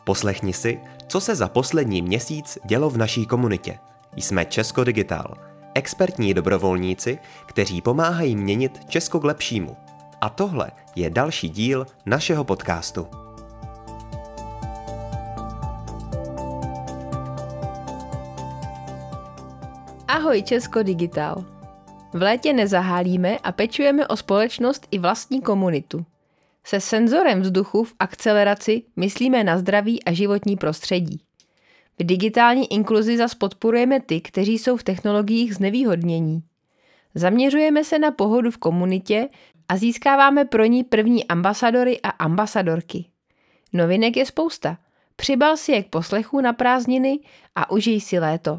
Poslechni si, co se za poslední měsíc dělo v naší komunitě. Jsme Česko Digital, expertní dobrovolníci, kteří pomáhají měnit Česko k lepšímu. A tohle je další díl našeho podcastu. Ahoj Česko Digital. V létě nezahálíme a pečujeme o společnost i vlastní komunitu. Se senzorem vzduchu v akceleraci myslíme na zdraví a životní prostředí. V digitální inkluzi zas podporujeme ty, kteří jsou v technologiích znevýhodnění. Zaměřujeme se na pohodu v komunitě a získáváme pro ní první ambasadory a ambasadorky. Novinek je spousta. Přibal si je k poslechu na prázdniny a užij si léto.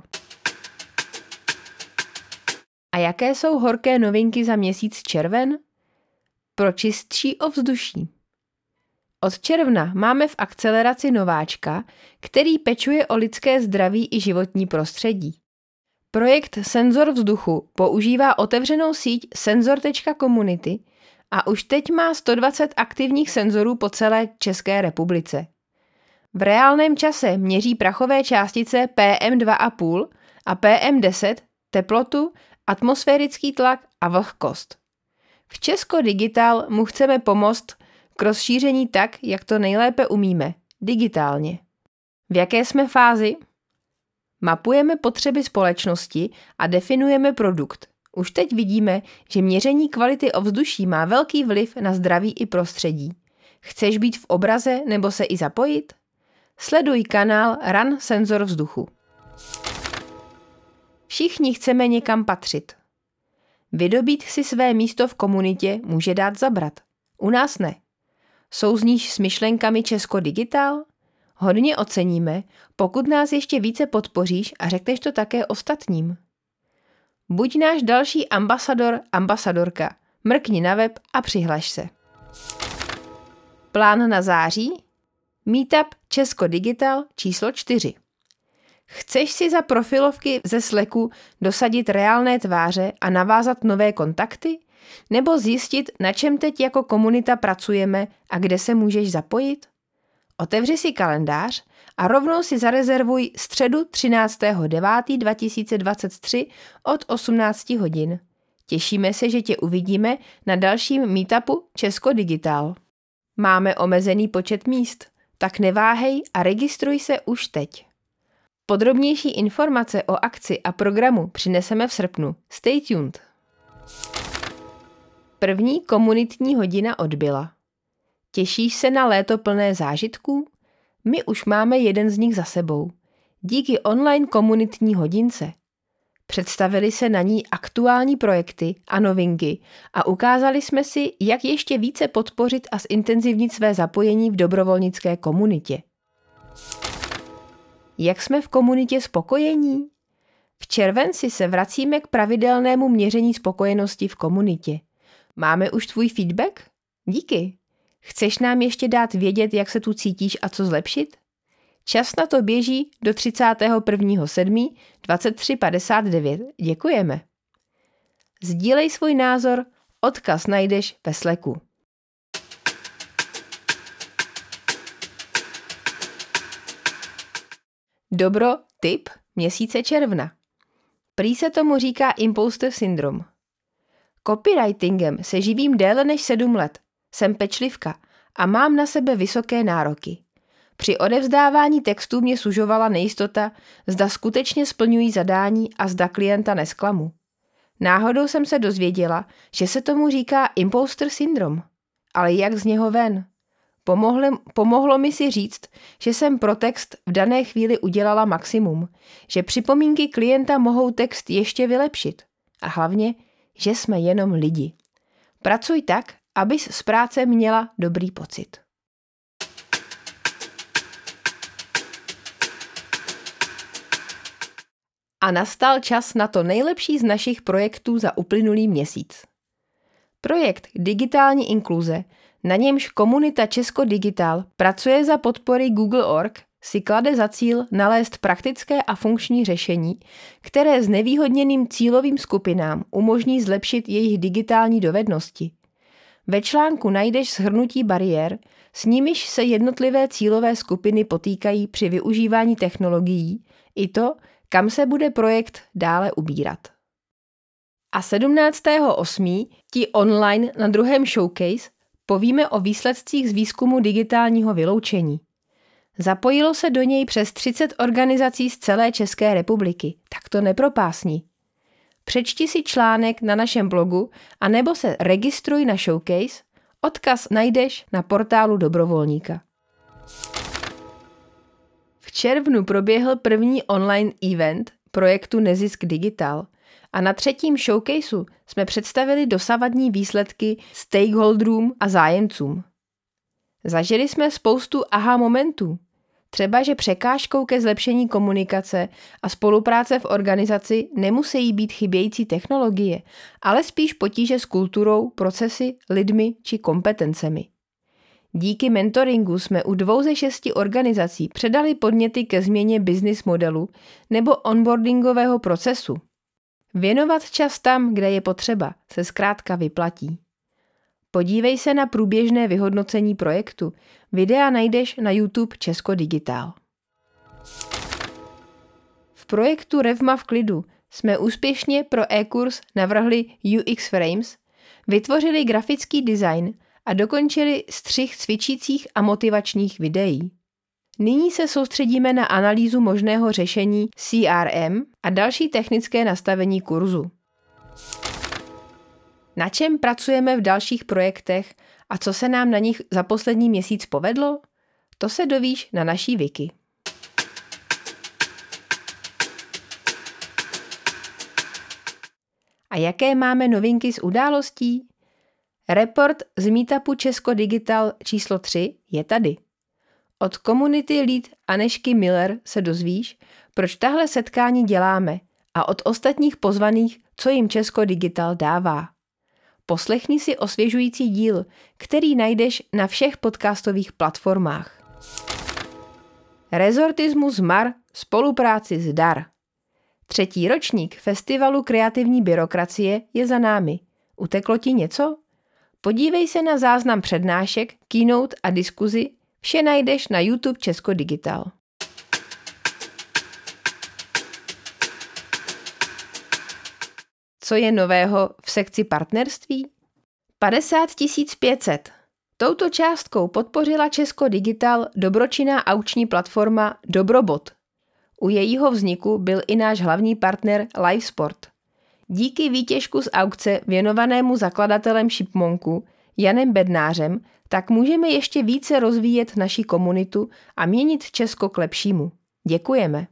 A jaké jsou horké novinky za měsíc červen? Pro čistší ovzduší. Od června máme v akceleraci nováčka, který pečuje o lidské zdraví i životní prostředí. Projekt Senzor vzduchu používá otevřenou síť senzor.community a už teď má 120 aktivních senzorů po celé České republice. V reálném čase měří prachové částice PM2,5 a PM10, teplotu, atmosférický tlak a vlhkost. V Česko Digital mu chceme pomoct k rozšíření tak, jak to nejlépe umíme, digitálně. V jaké jsme fázi? Mapujeme potřeby společnosti a definujeme produkt. Už teď vidíme, že měření kvality ovzduší má velký vliv na zdraví i prostředí. Chceš být v obraze nebo se i zapojit? Sleduj kanál Run Senzor vzduchu. Všichni chceme někam patřit. Vydobít si své místo v komunitě může dát zabrat. U nás ne. Souzníš s myšlenkami Česko Digital? Hodně oceníme, pokud nás ještě více podpoříš a řekneš to také ostatním. Buď náš další ambasador, ambasadorka. Mrkni na web a přihlaš se. Plán na září? Meetup Česko Digital číslo 4. Chceš si za profilovky ze Slacku dosadit reálné tváře a navázat nové kontakty? Nebo zjistit, na čem teď jako komunita pracujeme a kde se můžeš zapojit? Otevři si kalendář a rovnou si zarezervuj středu 13.9.2023 od 18 hodin. Těšíme se, že tě uvidíme na dalším meetupu Česko Digital. Máme omezený počet míst, tak neváhej a registruj se už teď. Podrobnější informace o akci a programu přineseme v srpnu. Stay tuned. První komunitní hodina odbyla. Těšíš se na léto plné zážitků? My už máme jeden z nich za sebou. Díky online komunitní hodince. Představili se na ní aktuální projekty a novinky a ukázali jsme si, jak ještě více podpořit a zintenzivnit své zapojení v dobrovolnické komunitě. Jak jsme v komunitě spokojení? V červenci se vracíme k pravidelnému měření spokojenosti v komunitě. Máme už tvůj feedback? Díky. Chceš nám ještě dát vědět, jak se tu cítíš a co zlepšit? Čas na to běží do 31.7.23:59. Děkujeme. Sdílej svůj názor, odkaz najdeš ve Slacku. Dobro, tip měsíce června. Prý se tomu říká imposter syndrom. Copywritingem se živím déle než 7 let. Jsem pečlivka a mám na sebe vysoké nároky. Při odevzdávání textů mě sužovala nejistota, zda skutečně splňují zadání a zda klienta nesklamu. Náhodou jsem se dozvěděla, že se tomu říká imposter syndrom. Ale jak z něho ven? Pomohlo mi si říct, že jsem pro text v dané chvíli udělala maximum, že připomínky klienta mohou text ještě vylepšit a hlavně, že jsme jenom lidi. Pracuj tak, abys z práce měla dobrý pocit. A nastal čas na to nejlepší z našich projektů za uplynulý měsíc. Projekt Digitální inkluze, na němž komunita Česko Digital pracuje za podpory Google.org, si klade za cíl nalézt praktické a funkční řešení, které znevýhodněným cílovým skupinám umožní zlepšit jejich digitální dovednosti. Ve článku najdeš shrnutí bariér, s nimiž se jednotlivé cílové skupiny potýkají při využívání technologií, i to, kam se bude projekt dále ubírat. A 17.8. ti online na druhém showcase povíme o výsledcích z výzkumu digitálního vyloučení. Zapojilo se do něj přes 30 organizací z celé České republiky, tak to nepropásni. Přečti si článek na našem blogu a nebo se registruj na showcase, odkaz najdeš na portálu dobrovolníka. V červnu proběhl první online event projektu Nezisk Digital a na třetím showcaseu jsme představili dosavadní výsledky stakeholderům a zájemcům. Zažili jsme spoustu aha momentů. Třeba, že překážkou ke zlepšení komunikace a spolupráce v organizaci nemusí být chybějící technologie, ale spíš potíže s kulturou, procesy, lidmi či kompetencemi. Díky mentoringu jsme u 2 ze 6 organizací předali podněty ke změně business modelu nebo onboardingového procesu. Věnovat čas tam, kde je potřeba, se zkrátka vyplatí. Podívej se na průběžné vyhodnocení projektu. Videa najdeš na YouTube Česko Digital. V projektu Revma v klidu jsme úspěšně pro e-kurz navrhli UX Frames, vytvořili grafický design a dokončili střih cvičících a motivačních videí. Nyní se soustředíme na analýzu možného řešení CRM a další technické nastavení kurzu. Na čem pracujeme v dalších projektech a co se nám na nich za poslední měsíc povedlo? To se dovíš na naší wiki. A jaké máme novinky z událostí? Report z Meetupu Česko Digital číslo 3 je tady. Od community lead Anešky Miller se dozvíš, proč tahle setkání děláme a od ostatních pozvaných, co jim Česko Digital dává. Poslechni si osvěžující díl, který najdeš na všech podcastových platformách. Rezortismus MAR spolupráci s DAR. 3. ročník Festivalu kreativní byrokracie je za námi. Uteklo ti něco? Podívej se na záznam přednášek, keynote a diskuzi, vše najdeš na YouTube Česko Digital. Co je nového v sekci partnerství? 50 500. Touto částkou podpořila Česko Digital dobročinná aukční platforma Dobrobot. U jejího vzniku byl i náš hlavní partner Livesport. Díky výtěžku z aukce věnovanému zakladatelem Šipmonku Janem Bednářem tak můžeme ještě více rozvíjet naši komunitu a měnit Česko k lepšímu. Děkujeme.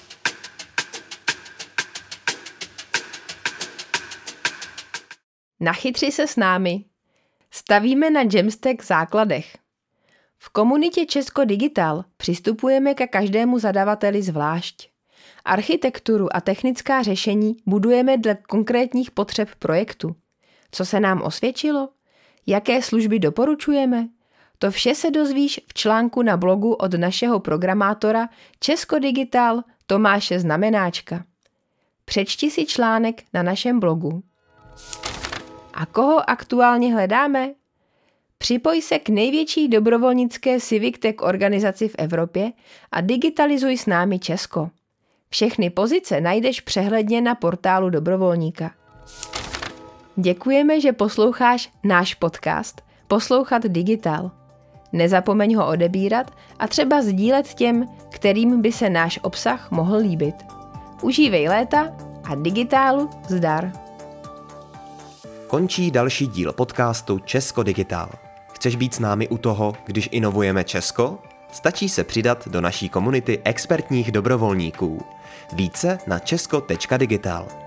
Nachytři se s námi. Stavíme na Jamstack základech. V komunitě Česko Digital přistupujeme ke každému zadavateli zvlášť. Architekturu a technická řešení budujeme dle konkrétních potřeb projektu. Co se nám osvědčilo? Jaké služby doporučujeme? To vše se dozvíš v článku na blogu od našeho programátora Česko Digital Tomáše Znamenáčka. Přečti si článek na našem blogu. A koho aktuálně hledáme? Připoj se k největší dobrovolnické civic tech organizaci v Evropě a digitalizuj s námi Česko. Všechny pozice najdeš přehledně na portálu dobrovolníka. Děkujeme, že posloucháš náš podcast Poslouchat Digital. Nezapomeň ho odebírat a třeba sdílet těm, kterým by se náš obsah mohl líbit. Užívej léta a digitálu zdar. Končí další díl podcastu Česko Digital. Chceš být s námi u toho, když inovujeme Česko? Stačí se přidat do naší komunity expertních dobrovolníků. Více na česko.digital.